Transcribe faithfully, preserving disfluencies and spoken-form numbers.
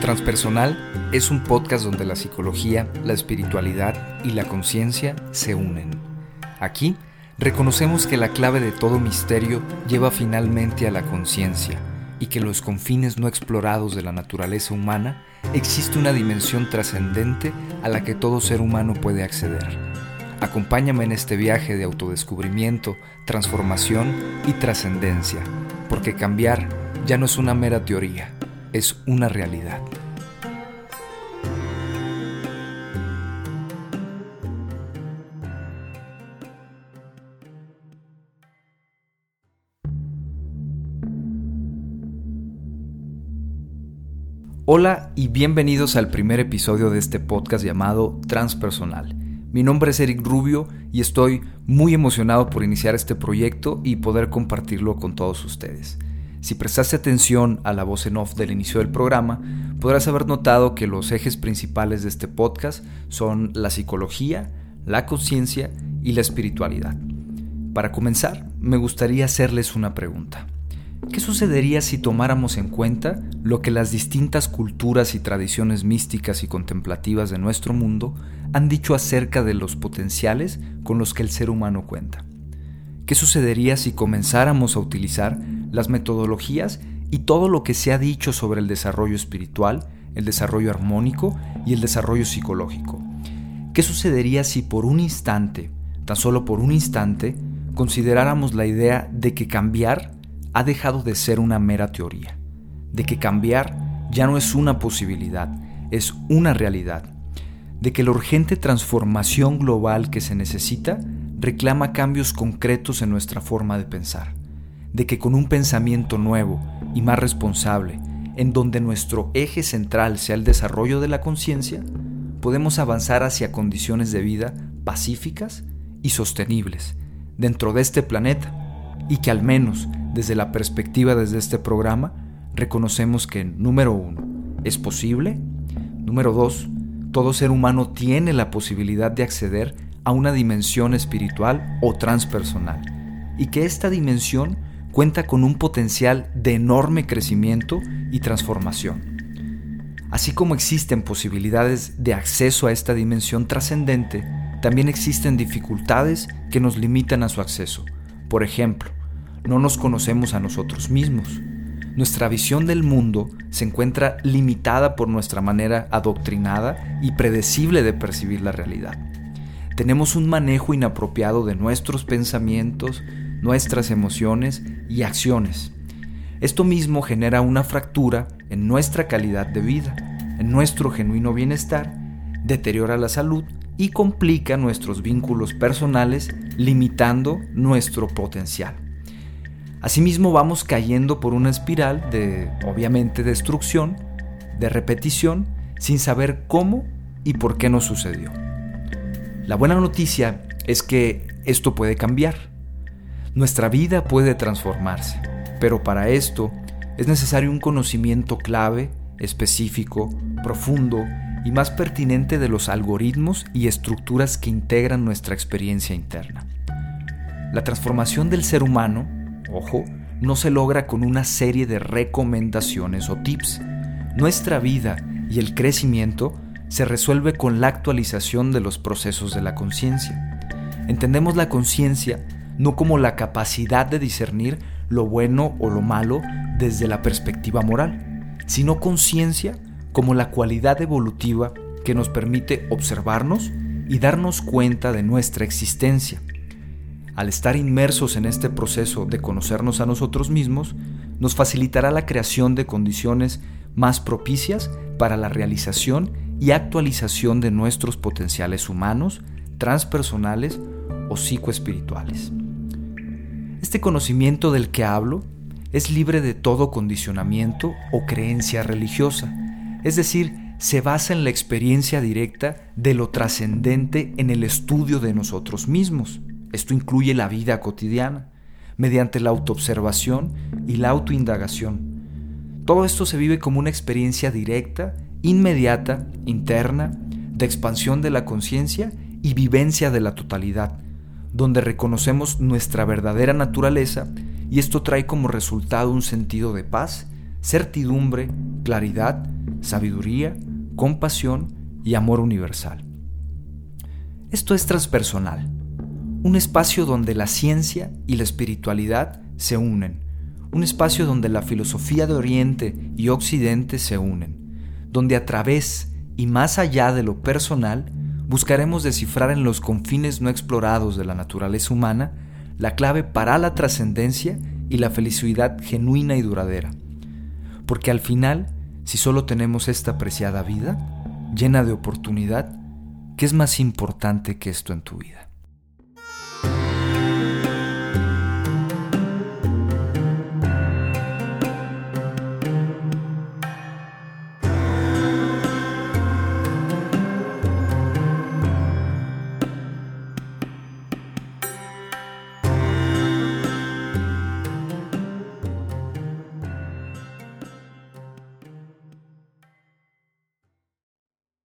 Transpersonal es un podcast donde la psicología, la espiritualidad y la conciencia se unen. Aquí reconocemos que la clave de todo misterio lleva finalmente a la conciencia y que en los confines no explorados de la naturaleza humana existe una dimensión trascendente a la que todo ser humano puede acceder. Acompáñame en este viaje de autodescubrimiento, transformación y trascendencia, porque cambiar ya no es una mera teoría, es una realidad. Hola y bienvenidos al primer episodio de este podcast llamado Transpersonal. Mi nombre es Eric Rubio y estoy muy emocionado por iniciar este proyecto y poder compartirlo con todos ustedes. Si prestaste atención a la voz en off del inicio del programa, podrás haber notado que los ejes principales de este podcast son la psicología, la conciencia y la espiritualidad. Para comenzar, me gustaría hacerles una pregunta. ¿Qué sucedería si tomáramos en cuenta lo que las distintas culturas y tradiciones místicas y contemplativas de nuestro mundo han dicho acerca de los potenciales con los que el ser humano cuenta? ¿Qué sucedería si comenzáramos a utilizar las metodologías y todo lo que se ha dicho sobre el desarrollo espiritual, el desarrollo armónico y el desarrollo psicológico? ¿Qué sucedería si por un instante, tan solo por un instante, consideráramos la idea de que cambiar ha dejado de ser una mera teoría, de que cambiar ya no es una posibilidad, es una realidad, de que la urgente transformación global que se necesita reclama cambios concretos en nuestra forma de pensar, de que con un pensamiento nuevo y más responsable, en donde nuestro eje central sea el desarrollo de la conciencia, podemos avanzar hacia condiciones de vida pacíficas y sostenibles dentro de este planeta, y que al menos desde la perspectiva desde este programa reconocemos que, número uno, es posible, número dos, todo ser humano tiene la posibilidad de acceder a una dimensión espiritual o transpersonal, y que esta dimensión cuenta con un potencial de enorme crecimiento y transformación. Así como existen posibilidades de acceso a esta dimensión trascendente, también existen dificultades que nos limitan a su acceso. Por ejemplo, no nos conocemos a nosotros mismos. Nuestra visión del mundo se encuentra limitada por nuestra manera adoctrinada y predecible de percibir la realidad. Tenemos un manejo inapropiado de nuestros pensamientos, nuestras emociones y acciones. Esto mismo genera una fractura en nuestra calidad de vida, en nuestro genuino bienestar, deteriora la salud y complica nuestros vínculos personales, limitando nuestro potencial. Asimismo, vamos cayendo por una espiral de, obviamente, destrucción, de repetición, sin saber cómo y por qué nos sucedió. La buena noticia es que esto puede cambiar. Nuestra vida puede transformarse, pero para esto es necesario un conocimiento clave, específico, profundo y más pertinente de los algoritmos y estructuras que integran nuestra experiencia interna. La transformación del ser humano, ojo, no se logra con una serie de recomendaciones o tips. Nuestra vida y el crecimiento se resuelve con la actualización de los procesos de la conciencia. Entendemos la conciencia no como la capacidad de discernir lo bueno o lo malo desde la perspectiva moral, sino conciencia como la cualidad evolutiva que nos permite observarnos y darnos cuenta de nuestra existencia. Al estar inmersos en este proceso de conocernos a nosotros mismos, nos facilitará la creación de condiciones más propicias para la realización y actualización de nuestros potenciales humanos, transpersonales o psicoespirituales. Este conocimiento del que hablo es libre de todo condicionamiento o creencia religiosa, es decir, se basa en la experiencia directa de lo trascendente en el estudio de nosotros mismos. Esto incluye la vida cotidiana, mediante la autoobservación y la autoindagación. Todo esto se vive como una experiencia directa, inmediata, interna, de expansión de la conciencia y vivencia de la totalidad, donde reconocemos nuestra verdadera naturaleza, y esto trae como resultado un sentido de paz, certidumbre, claridad, sabiduría, compasión y amor universal. Esto es transpersonal, un espacio donde la ciencia y la espiritualidad se unen, un espacio donde la filosofía de Oriente y Occidente se unen, donde a través y más allá de lo personal buscaremos descifrar en los confines no explorados de la naturaleza humana la clave para la trascendencia y la felicidad genuina y duradera. Porque al final, si solo tenemos esta preciada vida, llena de oportunidad, ¿qué es más importante que esto en tu vida?